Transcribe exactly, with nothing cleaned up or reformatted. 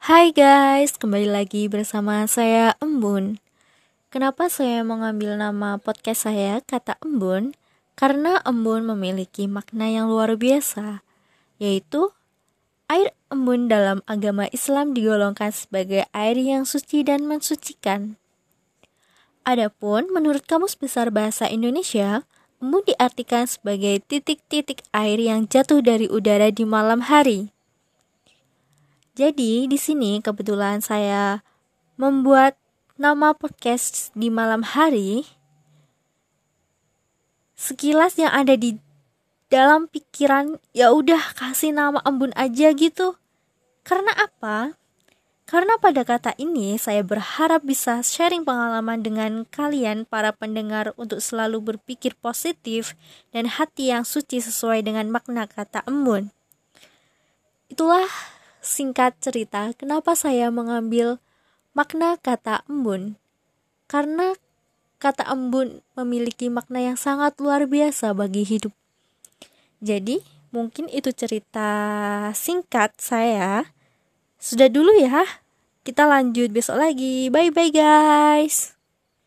Hai guys, kembali lagi bersama saya Embun. Kenapa saya mengambil nama podcast saya Kata Embun? Karena embun memiliki makna yang luar biasa, yaitu air embun dalam agama Islam digolongkan sebagai air yang suci dan mensucikan. Adapun menurut Kamus Besar Bahasa Indonesia, embun diartikan sebagai titik-titik air yang jatuh dari udara di malam hari. Jadi di sini kebetulan saya membuat nama podcast di malam hari. Sekilas yang ada di dalam pikiran, ya udah kasih nama embun aja gitu. Karena apa? Karena pada kata ini saya berharap bisa sharing pengalaman dengan kalian para pendengar untuk selalu berpikir positif dan hati yang suci sesuai dengan makna kata embun. Itulah singkat cerita kenapa saya mengambil makna kata embun. Karena kata embun memiliki makna yang sangat luar biasa bagi hidup. Jadi, mungkin itu cerita singkat saya. Sudah dulu ya. Kita lanjut besok lagi. Bye-bye guys.